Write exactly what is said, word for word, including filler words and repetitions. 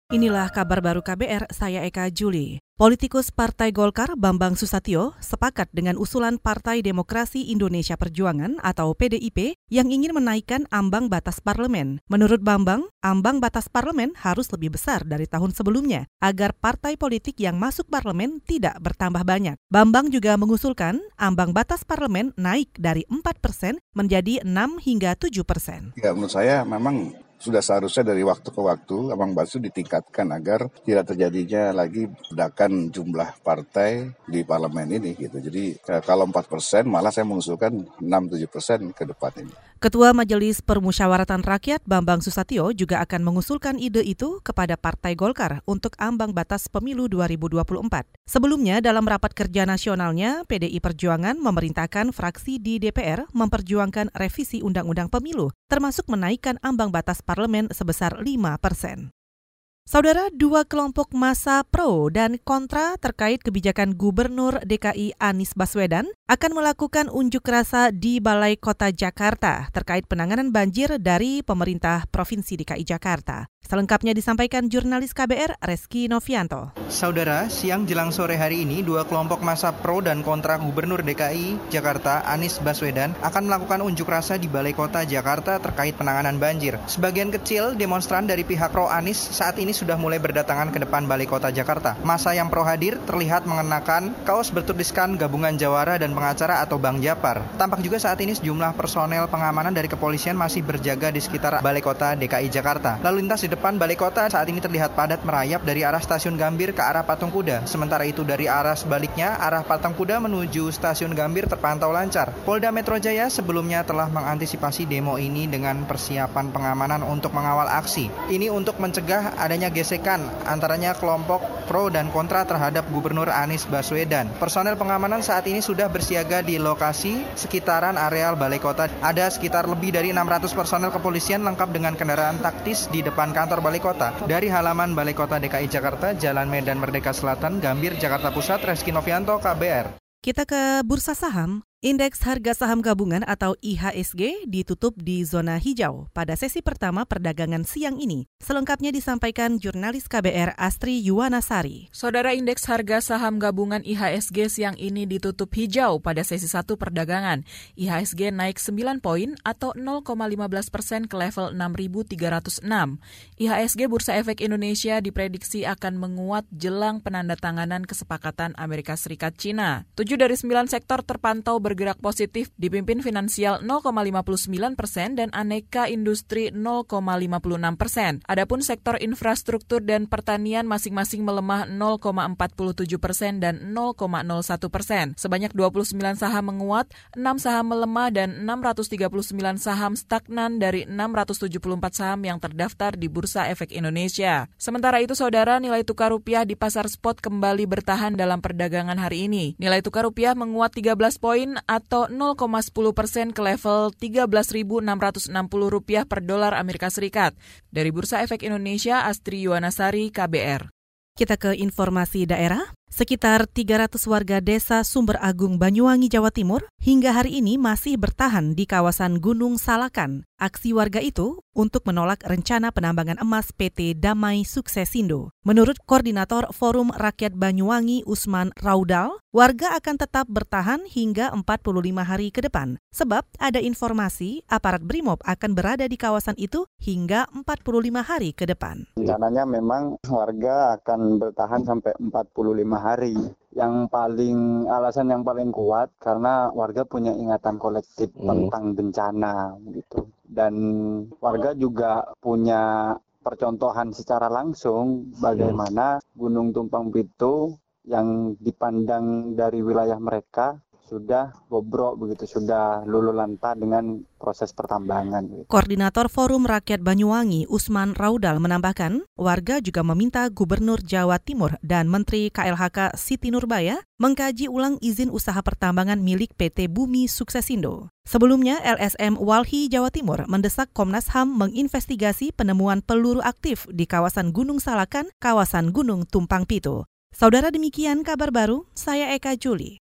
Inilah kabar baru K B R, saya Eka Juli. Politikus Partai Golkar Bambang Susatyo sepakat dengan usulan Partai Demokrasi Indonesia Perjuangan atau P D I P yang ingin menaikkan ambang batas parlemen. Menurut Bambang, ambang batas parlemen harus lebih besar dari tahun sebelumnya agar partai politik yang masuk parlemen tidak bertambah banyak. Bambang juga mengusulkan ambang batas parlemen naik dari empat persen menjadi enam hingga tujuh persen. Ya, menurut saya memang sudah seharusnya dari waktu ke waktu ambang batas itu ditingkatkan agar tidak terjadinya lagi ledakan jumlah partai di parlemen ini gitu. Jadi kalau empat persen malah saya mengusulkan enam sampai tujuh persen ke depan ini. Ketua Majelis Permusyawaratan Rakyat Bambang Susatyo juga akan mengusulkan ide itu kepada Partai Golkar untuk ambang batas pemilu dua ribu dua puluh empat. Sebelumnya dalam rapat kerja nasionalnya, P D I Perjuangan memerintahkan fraksi di D P R memperjuangkan revisi Undang-Undang Pemilu, termasuk menaikkan ambang batas parlemen sebesar lima persen. Saudara, dua kelompok massa pro dan kontra terkait kebijakan Gubernur D K I Anies Baswedan akan melakukan unjuk rasa di Balai Kota Jakarta terkait penanganan banjir dari pemerintah Provinsi D K I Jakarta. Selengkapnya disampaikan jurnalis K B R Reski Novianto. Saudara, siang jelang sore hari ini, dua kelompok massa pro dan kontra Gubernur D K I Jakarta Anies Baswedan akan melakukan unjuk rasa di Balai Kota Jakarta terkait penanganan banjir. Sebagian kecil demonstran dari pihak pro Anies saat ini sudah mulai berdatangan ke depan Balai Kota Jakarta. Massa yang pro hadir terlihat mengenakan kaos bertuliskan Gabungan Jawara dan Pengacara atau Bang Japar. Tampak juga saat ini sejumlah personel pengamanan dari kepolisian masih berjaga di sekitar Balai Kota D K I Jakarta. Lalu lintas di depan Balai Kota saat ini terlihat padat merayap dari arah Stasiun Gambir ke arah Patung Kuda. Sementara itu dari arah sebaliknya, arah Patung Kuda menuju Stasiun Gambir terpantau lancar. Polda Metro Jaya sebelumnya telah mengantisipasi demo ini dengan persiapan pengamanan untuk mengawal aksi. Ini untuk mencegah adanya gesekan antaranya kelompok pro dan kontra terhadap Gubernur Anies Baswedan. Personel pengamanan saat ini sudah bersiaga di lokasi sekitaran areal Balai Kota. Ada sekitar lebih dari enam ratus personel kepolisian lengkap dengan kendaraan taktis di depan kantor Balai Kota. Dari halaman Balai Kota D K I Jakarta, Jalan Medan Merdeka Selatan, Gambir, Jakarta Pusat, Reski Novianto, K B R. Kita ke bursa saham. Indeks harga saham gabungan atau I H S G ditutup di zona hijau pada sesi pertama perdagangan siang ini. Selengkapnya disampaikan jurnalis K B R Astri Yuwanasari. Saudara, indeks harga saham gabungan I H S G siang ini ditutup hijau pada sesi satu perdagangan. I H S G naik sembilan poin atau nol koma lima belas persen ke level enam ribu tiga ratus enam. I H S G Bursa Efek Indonesia diprediksi akan menguat jelang penandatanganan kesepakatan Amerika Serikat Cina. Tujuh dari sembilan sektor terpantau bergerak positif, dipimpin finansial nol koma lima puluh sembilan persen dan aneka industri nol koma lima puluh enam persen. Adapun sektor infrastruktur dan pertanian masing-masing melemah nol koma empat puluh tujuh persen dan nol koma nol satu persen. Sebanyak dua puluh sembilan saham menguat, enam saham melemah dan enam ratus tiga puluh sembilan saham stagnan dari enam ratus tujuh puluh empat saham yang terdaftar di Bursa Efek Indonesia. Sementara itu, saudara, nilai tukar rupiah di pasar spot kembali bertahan dalam perdagangan hari ini. Nilai tukar rupiah menguat tiga belas poin atau nol koma sepuluh persen ke level tiga belas ribu enam ratus enam puluh rupiah per dolar Amerika Serikat. Dari Bursa Efek Indonesia, Astri Yuwanasari, K B R. Kita ke informasi daerah. Sekitar tiga ratus warga desa Sumber Agung, Banyuwangi, Jawa Timur hingga hari ini masih bertahan di kawasan Gunung Salakan. Aksi warga itu untuk menolak rencana penambangan emas P T Damai Suksesindo. Menurut Koordinator Forum Rakyat Banyuwangi Usman Raudal, warga akan tetap bertahan hingga empat puluh lima hari ke depan. Sebab ada informasi aparat Brimob akan berada di kawasan itu hingga empat puluh lima hari ke depan. Rencananya memang warga akan bertahan sampai empat puluh lima hari. Yang paling alasan yang paling kuat karena warga punya ingatan kolektif hmm. tentang bencana gitu. Dan warga juga punya percontohan secara langsung bagaimana Gunung Tumpang Pitu yang dipandang dari wilayah mereka sudah bobrok begitu, sudah luluh lantah dengan proses pertambangan. Koordinator Forum Rakyat Banyuwangi Usman Raudal menambahkan, warga juga meminta Gubernur Jawa Timur dan Menteri K L H K Siti Nurbaya mengkaji ulang izin usaha pertambangan milik P T Bumi Suksesindo. Sebelumnya, L S M Walhi Jawa Timur mendesak Komnas H A M menginvestigasi penemuan peluru aktif di kawasan Gunung Salakan, kawasan Gunung Tumpang Pitu. Saudara, demikian kabar baru, saya Eka Juli.